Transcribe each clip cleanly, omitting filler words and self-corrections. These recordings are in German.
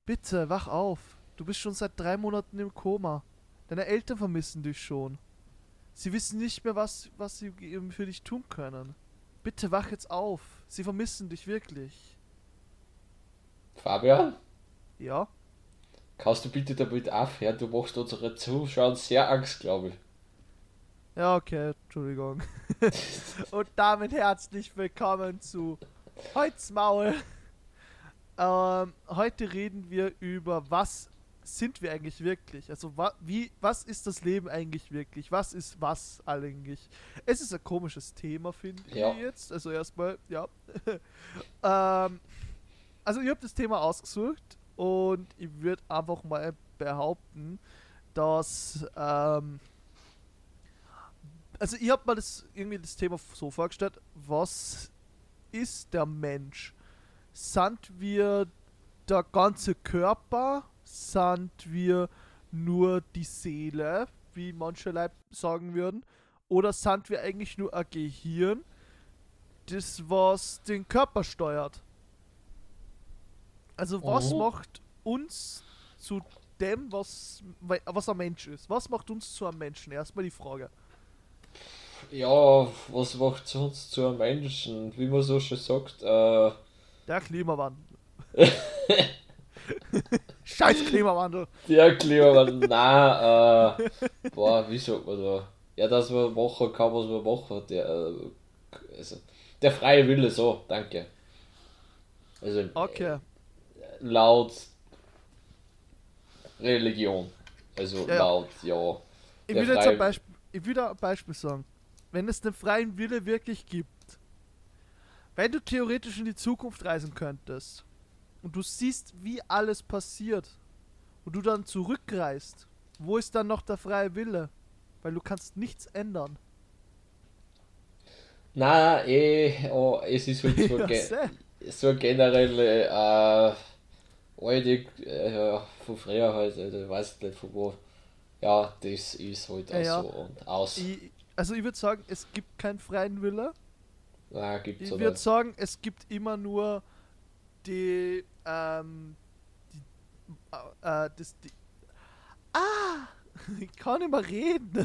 Bitte, wach auf. Du bist schon seit 3 Monaten im Koma. Deine Eltern vermissen dich schon. Sie wissen nicht mehr, was sie eben für dich tun können. Bitte wach jetzt auf. Sie vermissen dich wirklich. Fabian, Ja? kannst du bitte damit aufhören? Du machst unsere Zuschauer sehr Angst, glaube ich. Ja, okay, Entschuldigung. Und damit herzlich willkommen zu Holz Maul. Heute reden wir über, was sind wir eigentlich wirklich? Also was ist das Leben eigentlich wirklich? Was ist was eigentlich? Es ist ein komisches Thema, finde ich Ja, jetzt. Also erstmal, ja. ähm, also ich habe das Thema ausgesucht und ich würde einfach mal behaupten, dass also ich habe mal das Thema so vorgestellt, was ist der Mensch? Sind wir der ganze Körper? Sind wir nur die Seele, wie manche Leute sagen würden? Oder sind wir eigentlich nur ein Gehirn, das was den Körper steuert? Also was mhm. macht uns zu dem, was ein Mensch ist? Was macht uns zu einem Menschen? Erstmal die Frage. Ja, was macht uns zu einem Menschen? Wie man so schön sagt, Der Klimawandel. Scheiß Klimawandel. der Klimawandel, nein, boah, wie sagt man da? Ja, dass man machen kann, was man machen, also, der freie Wille, so, danke. Also, Okay. laut Religion, also Ja, ja. laut, ja, Ich der will jetzt ein freie, Beispiel, ich will da ein Beispiel sagen. Wenn es den freien Wille wirklich gibt, wenn du theoretisch in die Zukunft reisen könntest und du siehst, wie alles passiert und du dann zurückreist, wo ist dann noch der freie Wille? Weil du kannst nichts ändern. nein, oh, es ist halt Ja, sehr. so eine generelle, alte, von früher halt, ich weiß nicht von wo. Ja, das ist halt Ja, auch so ja. und aus. Also ich würde sagen, es gibt keinen freien Wille. Na, gibt's Ich ja würde nicht. sagen, es gibt immer nur die, die, die, ich kann nicht mehr reden.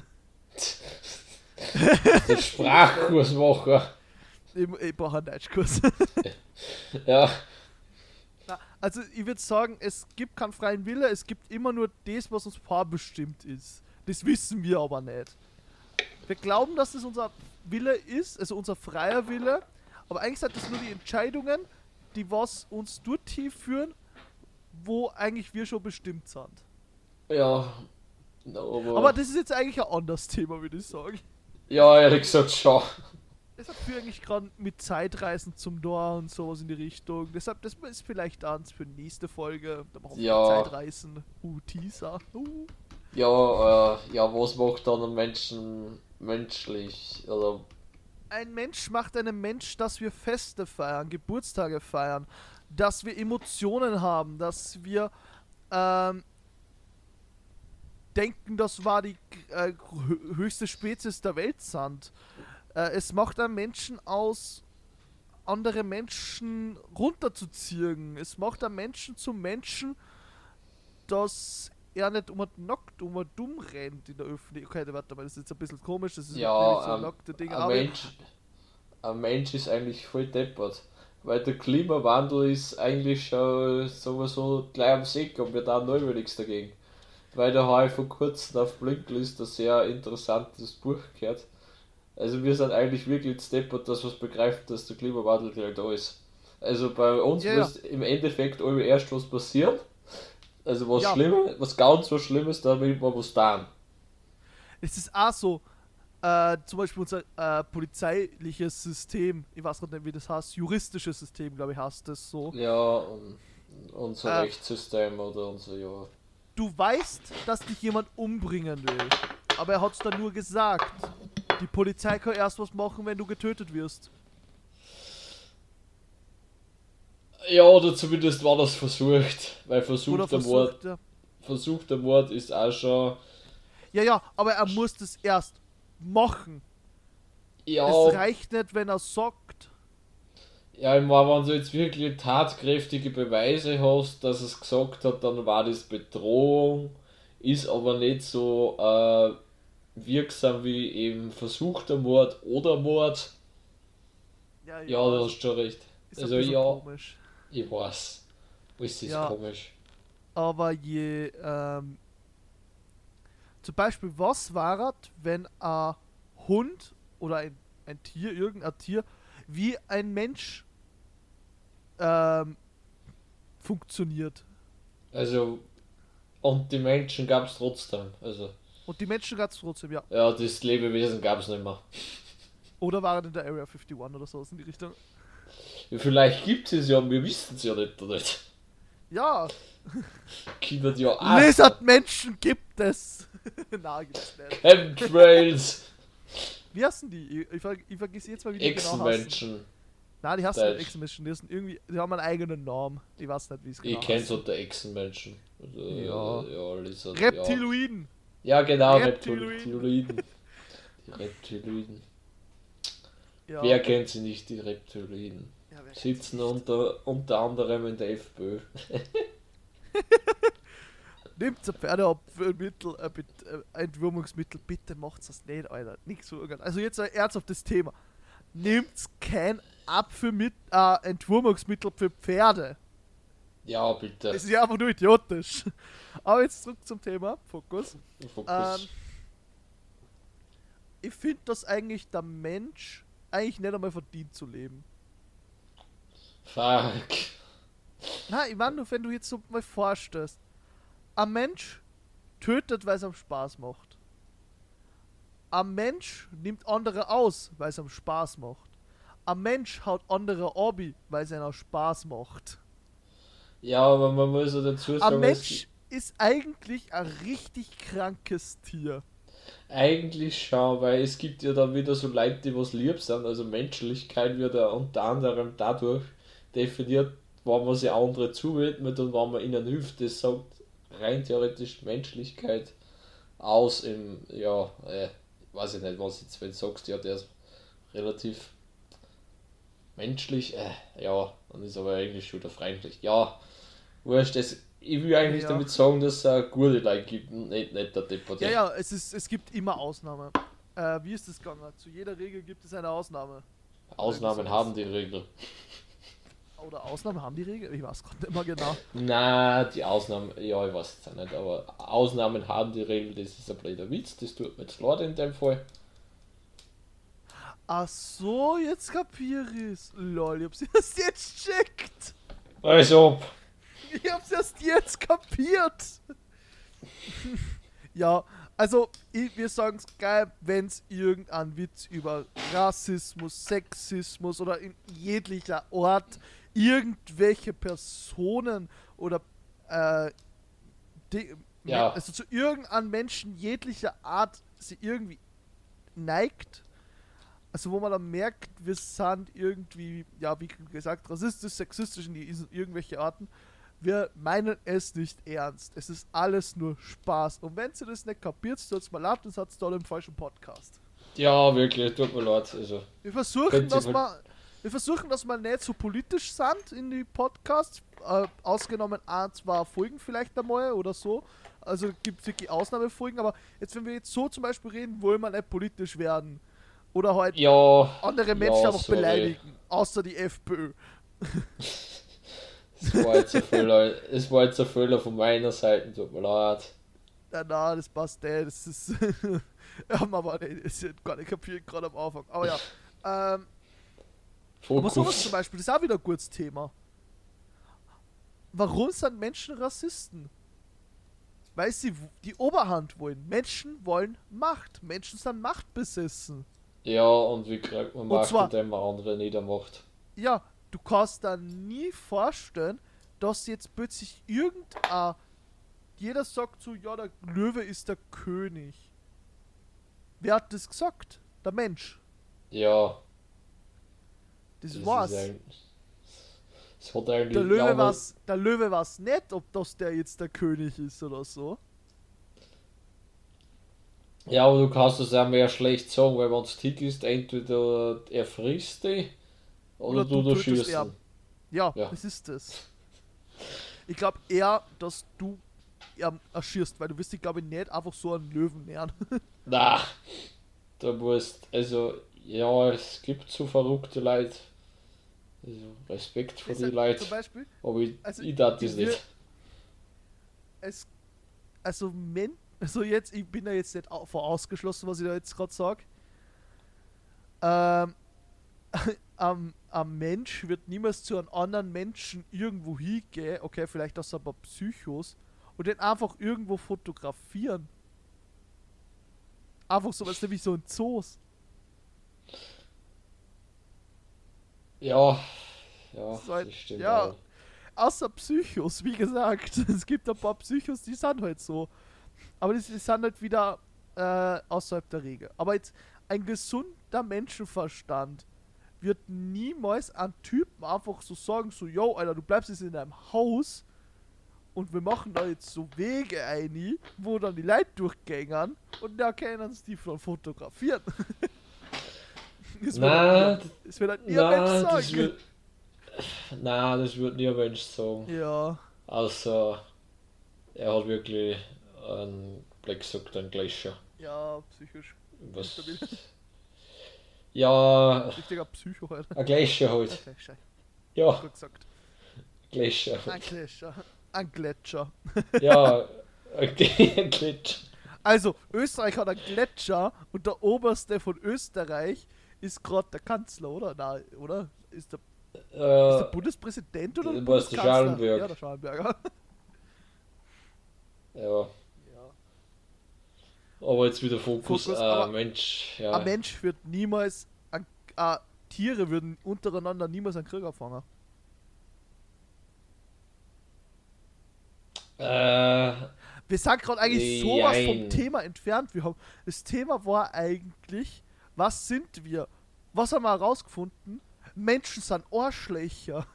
Der Sprachkursmacher. Ich brauche einen Deutschkurs. Ja, Na, also ich würde sagen, es gibt keinen freien Wille, es gibt immer nur das, was uns vorbestimmt ist. Das wissen wir aber nicht. Wir glauben, dass das unser Wille ist, also unser freier Wille, aber eigentlich sind das nur die Entscheidungen, die was uns dorthin führen, wo eigentlich wir schon bestimmt sind. ja, Aber aber das ist jetzt eigentlich ein anderes Thema, würde ich sagen. ja, ehrlich gesagt schon. Deshalb führe ich gerade mit Zeitreisen zum Door und sowas in die Richtung. Deshalb, das ist vielleicht eins für die nächste Folge. Da machen wir vielleicht Ja, Zeitreisen. Teaser. ja, was macht dann einen Menschen menschlich? Oder, Ein Mensch macht einen Mensch, dass wir Feste feiern, Geburtstage feiern, dass wir Emotionen haben, dass wir ähm, denken, das war die höchste Spezies der Welt sind. Es macht einen Menschen aus, andere Menschen runterzuziehen. Es macht einen Menschen zum Menschen, dass er nicht nackt dumm rennt in der Öffentlichkeit. Okay, warte mal, das ist jetzt ein bisschen komisch, das ist nämlich so ja, nackte Ding, ein aber Mensch, ein Mensch ist eigentlich voll deppert. Weil der Klimawandel ist eigentlich schon sowieso gleich am Sieg und wir da neu nichts dagegen. Weil da habe ich vor kurzem auf Blinklist ein sehr interessantes Buch gehört. Also wir sind eigentlich wirklich deppert, dass wir begreifen, dass der Klimawandel gleich da ist. Also bei uns ja, ja, muss im Endeffekt alle erst was passieren. Also was ja, Schlimmes, was ganz was Schlimmes, damit wir was tun. es ist auch so, zum Beispiel unser polizeiliches System, ich weiß gerade nicht, wie das heißt, juristisches System, glaube ich, heißt das so. Ja, unser Äh, Rechtssystem oder unser, ja. Du weißt, dass dich jemand umbringen will, aber er hat es dann nur gesagt. Die Polizei kann erst was machen, wenn du getötet wirst. Ja, oder zumindest war das versucht. Weil Oder versucht er. versuchter Mord ist auch schon. Ja, ja, aber er muss das erst machen. Es Ja, reicht nicht, wenn er sagt. Ja, ich meine, wenn du jetzt wirklich tatkräftige Beweise hast, dass es gesagt hat, dann war das Bedrohung, ist aber nicht so wirksam wie eben versuchter Mord oder Mord. Ja, Ja, ja, du hast schon recht. ist ein Also bisschen ja, komisch. ich weiß. Es ist Ja, komisch. aber zum Beispiel, was war es, wenn ein Hund oder ein Tier, irgendein Tier, wie ein Mensch ähm, funktioniert? Also, und die Menschen gab es trotzdem. Also, Und die Menschen ganz trotzdem, ja. ja, das Lebewesen gab es nicht mehr. Oder waren in der Area 51 oder so in die Richtung. Ja, vielleicht gibt es ja, wir wissen es ja nicht, oder nicht? Ja, Kindert ja auch sein. Lizardmenschen gibt es. Na, gibt's nicht. Chemtrails, Wie heißen die? Ich vergesse jetzt mal, wie die genau heißen. Echsenmenschen. Nein, die heißen nicht Deutsch. Echsenmenschen. Die haben einen eigenen Namen. Ich weiß nicht, wie es genau Ich kenn's heißt. unter Echsenmenschen. Also, Ja. ja, Lizard, ja. Reptiloiden. Ja, genau, Reptiloiden. Reptiloiden. Die Reptiloiden. Ja. Wer kennt sie nicht, die Reptiloiden? Ja, wer kennt's Sitzen nicht? unter anderem in der FPÖ. Nehmt ein Pferdeabführmittel, Entwurmungsmittel, bitte macht's das nicht, Alter. Nichts so irgendwas. Also jetzt ein ernsthaftes Thema. Nehmt kein Entwurmungsmittel für Pferde. Ja, bitte. Das ist ja einfach nur idiotisch. Aber jetzt zurück zum Thema, Fokus. Fokus. Ich finde, dass eigentlich der Mensch eigentlich nicht einmal verdient zu leben. Fuck. Nein, ich meine nur, wenn du jetzt so mal vorstellst, ein Mensch tötet, weil es ihm Spaß macht. Ein Mensch nimmt andere aus, weil es ihm Spaß macht. Ein Mensch haut andere ab, weil es ihm Spaß macht. Ja, aber man muss ja dazu Ein sagen, Mensch ist eigentlich ein richtig krankes Tier. eigentlich schon, weil es gibt ja dann wieder so Leute, die was lieb sind. Also Menschlichkeit wird ja unter anderem dadurch definiert, wann man sich andere zuwidmet und wann man ihnen hilft. Das sagt rein theoretisch Menschlichkeit aus im, ja, weiß ich nicht, was jetzt, wenn du sagst, ja, der ist relativ menschlich, ja, dann ist aber eigentlich schon wieder freundlich. Ja, wurscht, ich will eigentlich Ja. damit sagen, dass es auch gute Leute gibt und nicht der Deppert. Ja, ja, es gibt immer Ausnahmen. Wie ist das gegangen? Zu jeder Regel gibt es eine Ausnahme. Ausnahmen haben die Regel. Oder Ausnahmen haben die Regel? Ich weiß gerade nicht mehr genau. Na, die Ausnahmen, ja, ich weiß es auch nicht, aber Ausnahmen haben die Regel, das ist ein blöder Witz, das tut mir jetzt leid in dem Fall. Ach so, jetzt kapier ich's. Lol, ich hab's erst jetzt checkt. Also, Ich hab's erst jetzt kapiert. Ja, also, wir sagen's geil, wenn's irgendein Witz über Rassismus, Sexismus oder in jeglicher Art irgendwelche Personen oder Ja. also zu irgendeinem Menschen jeglicher Art sie irgendwie neigt. Also wo man dann merkt, wir sind irgendwie, ja wie gesagt, rassistisch, sexistisch in irgendwelche Arten. Wir meinen es nicht ernst. Es ist alles nur Spaß. Und wenn ihr das nicht kapiert, tut's mal leid, dann seid ihr da im falschen Podcast. Ja, wirklich, tut mir leid. Also, Wir versuchen, Könnt ihr dass wir nicht so politisch sind in die Podcasts. Ausgenommen ein, zwei Folgen vielleicht einmal oder so. Also gibt es wirklich Ausnahmefolgen. Aber jetzt, wenn wir jetzt so zum Beispiel reden, wollen wir nicht politisch werden. Oder halt ja, andere Menschen ja, einfach sorry. beleidigen. Außer die FPÖ. Es war jetzt ein Fehler von meiner Seite, tut mir leid. Na, das passt nicht. Das ist. Ja, aber nee, das ist gar nicht kapiert, gerade am Anfang. Aber ja. Aber sowas zum Fokus. Beispiel, das ist auch wieder ein gutes Thema. Warum sind Menschen Rassisten? Weil sie die Oberhand wollen. Menschen wollen Macht. Menschen sind machtbesessen. Ja, und wie kriegt man Und Macht, zwar- indem man andere niedermacht? Ja, du kannst da nie vorstellen, dass jetzt plötzlich jeder sagt so, ja, der Löwe ist der König. Wer hat das gesagt? Der Mensch. Ja, Das das war's. ist eigentlich. Es hat eigentlich. Der ja, Löwe war's nicht, ob das der jetzt der König ist oder so. ja, aber du kannst es auch mehr schlecht sagen, weil wenn es Titel ist, entweder er frisst dich Oder du tötest schießen. Ja, Ja. das ist es. Ich glaube eher, dass du erschierst, weil du wirst dich, glaube ich, nicht einfach so einen Löwen nähern. Na, da musst, also, ja, es gibt so verrückte Leute. Also, Respekt vor die Leute. Zum Beispiel, Aber also ich darf das ich will, nicht. es, also jetzt, ich bin da jetzt nicht vorausgeschlossen, was ich da jetzt gerade sage. Ähm, am Mensch wird niemals zu einem anderen Menschen irgendwo hingehen, okay, vielleicht aus ein paar Psychos, und den einfach irgendwo fotografieren. Einfach so was nämlich so ein Zoos. Ja, ja, So ein, das stimmt ja, auch. außer Psychos, wie gesagt. Es gibt ein paar Psychos, die sind halt so. Aber die sind halt wieder außerhalb der Regel. Aber jetzt ein gesunder Menschenverstand wird niemals einen Typen einfach so sagen, so, yo, Alter, du bleibst jetzt in deinem Haus und wir machen da jetzt so Wege ein, wo dann die Leute durchgängern und da können sie die von fotografieren. Das wird halt Na, das wird halt nie ein Mensch na, sagen. das wird nie ein Mensch sagen. Ja, Außer er hat wirklich einen Black gesagt, einen Glacier. ja, psychisch Was? instabil. Ja, Richtiger Psycho halt. ein Glacier halt. Okay, scheiße. Ja, Gut gesagt. Glacier. Ein Gletscher. Ein Gletscher. Ja, ein Glitch. Also, Österreich hat einen Gletscher und der oberste von Österreich ist gerade der Kanzler, oder? Nein, oder? Ist der Äh, Bundespräsident oder der du warst der Bundeskanzler? Schallenberg. Ja, der Schallenberger. Ja, Ja. aber jetzt wieder Fokus. Aber Mensch, ein ja. Mensch wird niemals, Tiere würden untereinander niemals einen Krieg anfangen. Äh, Wir sind gerade eigentlich sowas vom jein. Thema entfernt. Das Thema war eigentlich, was sind wir? Was haben wir herausgefunden? Menschen sind Arschlöcher.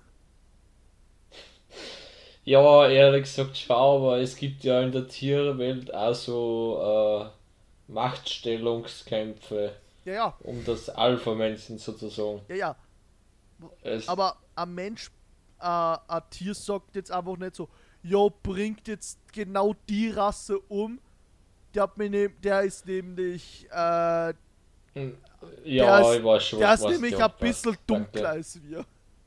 Ja, ehrlich gesagt, schau, aber es gibt ja in der Tierwelt auch so Machtstellungskämpfe Ja, ja, um das Alpha-Männchen sozusagen. ja, ja. Es, Aber ein Mensch, ein Tier sagt jetzt einfach nicht so, jo, bringt jetzt genau die Rasse um. Der ist nämlich, hm, der ja, ist, ich weiß schon, der ist was nämlich du ein hast. bisschen dunkler Danke. als wir.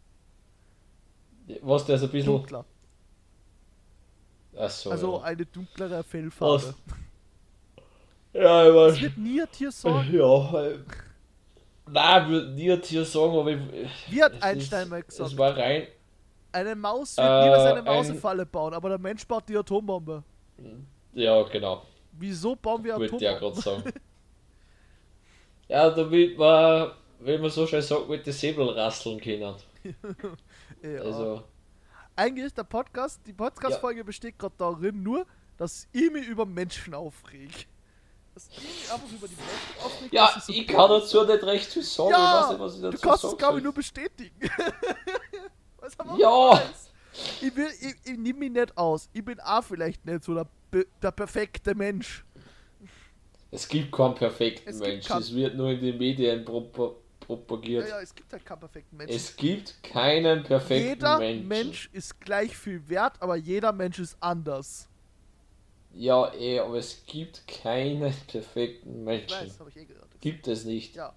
Was, der ist ein bisschen. Dunkler. Achso, Also ja. eine dunklere Was? Fellfarbe. Ja, ich Das weiß. wird nie ein Tier sagen. Ja, nein, ich würde nie ein Tier sagen, aber Wie hat es Einstein mal es gesagt? war rein. Eine Maus wird niemals eine Ein. Mausefalle bauen, aber der Mensch baut die Atombombe. Ja, genau. Wieso bauen wir Wollte ich ja gerade Atombomben? sagen. Ja, damit man, wenn man so schön sagt, mit den Säbel rasseln können. Ja. Also, Eigentlich ist die ja. Podcast-Folge besteht gerade darin nur, dass ich mich über Menschen aufreg. Dass ich mich einfach über die Menschen aufreg, Ja, dass sie so ich dumm kann sind. dazu nicht recht viel sagen. Ich weiß Ja, nicht, was ich du dazu kannst es sagen glaube ich soll. nur bestätigen. Was aber Ja. weiß. Ich nehme mich nicht aus. Ich bin auch vielleicht nicht so der perfekte Mensch. Es gibt keinen perfekten Es gibt Mensch. keinen. Es wird nur in den Medien Ja, propagiert. ja, es gibt halt keinen perfekten Menschen. Es gibt keinen perfekten Jeder Menschen. Mensch ist gleich viel wert, aber jeder Mensch ist anders. Ja, aber es gibt keinen perfekten Ich Menschen. weiß, habe ich eh gehört. Gibt es nicht. Ja.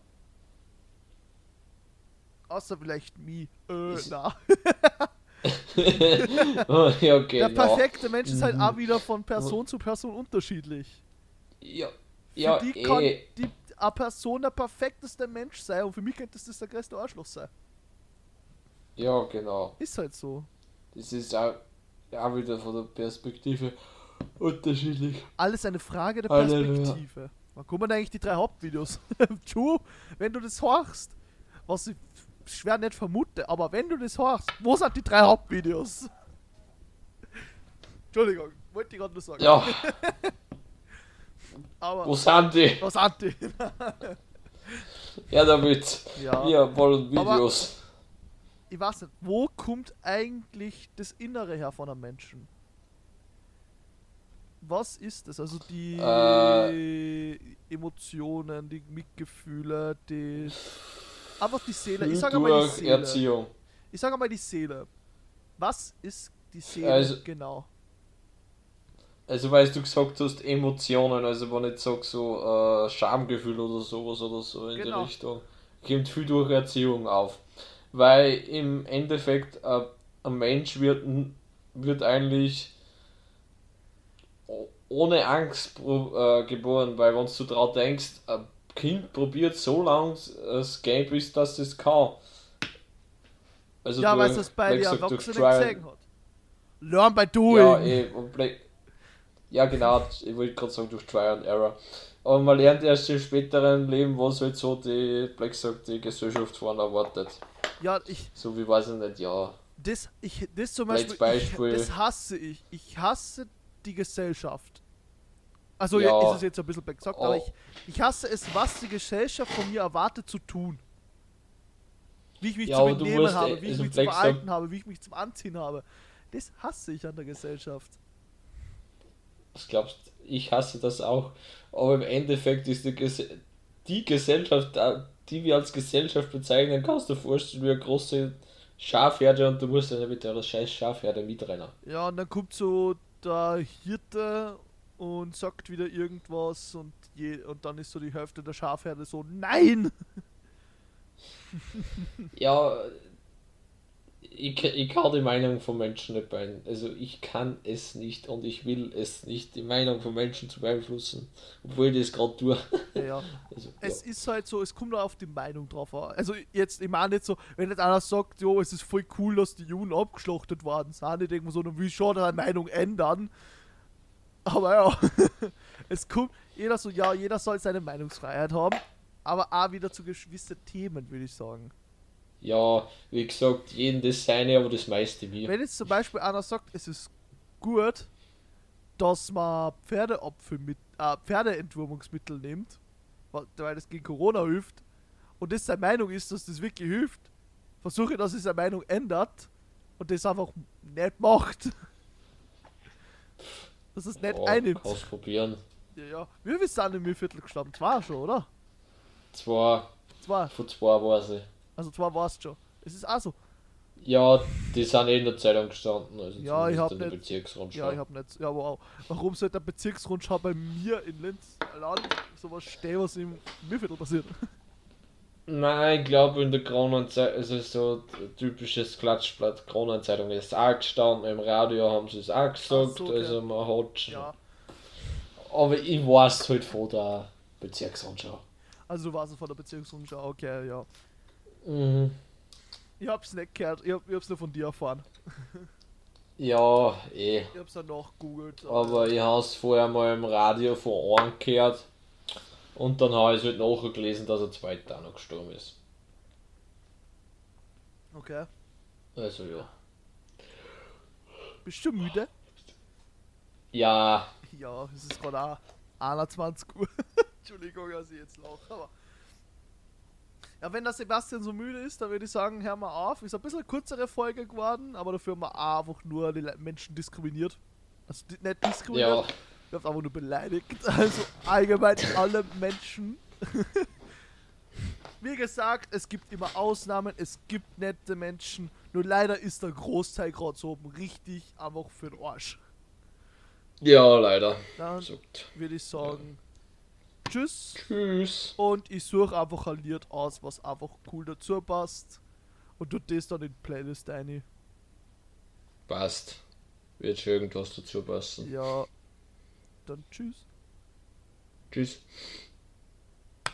Außer vielleicht me. Ist- Na. Ja, Der genau. perfekte Mensch ist halt Mhm. auch wieder von Person zu Person unterschiedlich. Ja, Für ja, die kann eine Person der perfekteste Mensch sein und für mich könnte das der größte Arschloch sein. ja, genau. Ist halt so. Das ist auch wieder von der Perspektive unterschiedlich. Alles eine Frage der Halleluja. Perspektive. Wann kommen eigentlich die 3 Hauptvideos? Tschu, wenn du das horchst, was ich schwer nicht vermute, aber wenn du das horchst, wo sind die 3 Hauptvideos? Entschuldigung, wollte ich gerade nur sagen. Ja, Aber, wo sind die? was sind die? Ja, damit. Ja. Wir wollen Videos. Ich weiß nicht, wo kommt eigentlich das Innere her von einem Menschen? Was ist das? Also die Emotionen, die Mitgefühle, die Einfach die Seele. Ich Viel sage einmal die durch Seele. Erziehung. Ich sage einmal die Seele. Was ist die Seele Also, genau? also weil du gesagt hast, Emotionen, also wenn ich sag so Schamgefühl oder sowas oder so in die Genau. Richtung, kommt viel durch Erziehung auf. Weil im Endeffekt ein Mensch wird eigentlich ohne Angst geboren, weil wenn du daran denkst, ein Kind probiert so lange es geht, bis das es kann. Also Ja, weil es durch, das bei wie den gesagt, durch Erwachsenen Trial, gesehen hat. Learn by ja, doing. ja genau, ich wollte gerade sagen durch Trial and Error. Aber man lernt erst im späteren Leben, was halt so die, wie gesagt, die Gesellschaft von erwartet. Ja, So wie weiß ich nicht, ja. das zum Als Beispiel, Beispiel, das hasse ich. Ich hasse die Gesellschaft. Also ja, ist ja, es jetzt ein bisschen gesagt, aber oh, ich hasse es, was die Gesellschaft von mir erwartet zu tun. Wie ich mich ja, zu aber du benehmen musst, habe, wie ich also mich zu Black sagt, verhalten habe, wie ich mich zum Anziehen habe. Das hasse ich an der Gesellschaft. was glaubst du, ich hasse das auch, aber im Endeffekt ist die Gesellschaft, die wir als Gesellschaft bezeichnen, kannst du dir vorstellen, wie eine große Schafherde und du musst dann mit der scheiß Schafherde mitrennen. Ja, und dann kommt so der Hirte und sagt wieder irgendwas und dann ist so die Hälfte der Schafherde so, nein! Ja, ich kann die Meinung von Menschen nicht beeinflussen. Also ich kann es nicht und ich will es nicht, die Meinung von Menschen zu beeinflussen, obwohl ich das gerade tue. Ja, ja. Also, ja. Es ist halt so, es kommt auch auf die Meinung drauf an. Also jetzt, ich meine nicht so, wenn jetzt einer sagt, jo, es ist voll cool, dass die Juden abgeschlachtet worden sind, ich denke mir so, dann will ich schon eine Meinung ändern. Aber ja, es kommt, jeder so, ja, jeder soll seine Meinungsfreiheit haben, aber auch wieder zu gewissen Themen, würde ich sagen. Ja, wie gesagt, jeden das seine, aber das meiste mir. Wenn jetzt zum Beispiel einer sagt, es ist gut, dass man Pferdeentwurmungsmittel nimmt, weil das gegen Corona hilft, und das seine Meinung ist, dass das wirklich hilft, versuche, dass er seine Meinung ändert und das einfach nicht macht. Dass es nicht Ja, einnimmt. kannst probieren. Ja, ja. Wie viel sind im Viertel gestorben? Zwei schon, oder? Zwei, Zwei. von zwei weiß ich. Also zwei war's schon. Es ist auch so. Ja, die sind eh in der Zeitung gestanden, also Ja, ich zumindest hab in der nicht. Bezirksrundschau. Ja, ich hab nicht. Ja, wow. Warum sollte der Bezirksrundschau bei mir in Linz allein sowas stehen, was im Mühlviertel passiert? Nein, ich glaube in der Kronenzeitung, also so typisches Klatschblatt, Kronenzeitung ist auch gestanden, im Radio haben sie es auch gesagt, So, okay. also man hat schon. Ja. Aber ich weiß halt von der Bezirksrundschau. Also du warst von der Bezirksrundschau, okay, ja. Mhm. Ich hab's nicht gehört, ich hab's nur von dir erfahren. Ja, eh. Ich hab's dann nachgegoogelt. Aber ich habe es vorher mal im Radio von einem gehört und dann habe ich halt nachgelesen, dass ein zweiter auch noch gestorben ist. Okay. Also ja. Bist du müde? Ja, Ja, es ist gerade auch 21 Uhr. Entschuldigung, dass ich jetzt lache, aber. Ja, wenn der Sebastian so müde ist, dann würde ich sagen, hör mal auf. Ist ein bisschen eine kürzere Folge geworden, aber dafür haben wir auch einfach nur die Menschen diskriminiert. Also nicht diskriminiert, ja, wir haben einfach nur beleidigt. Also allgemein alle Menschen. Wie gesagt, es gibt immer Ausnahmen, es gibt nette Menschen. Nur leider ist der Großteil gerade so richtig einfach für den Arsch. ja, leider. Dann Sagt. würde ich sagen, tschüss. Tschüss. Und ich suche einfach ein Lied aus, was einfach cool dazu passt. Und tu das dann in die Playlist ein. Passt. Wird schon irgendwas dazu passen. Ja, dann tschüss. Tschüss.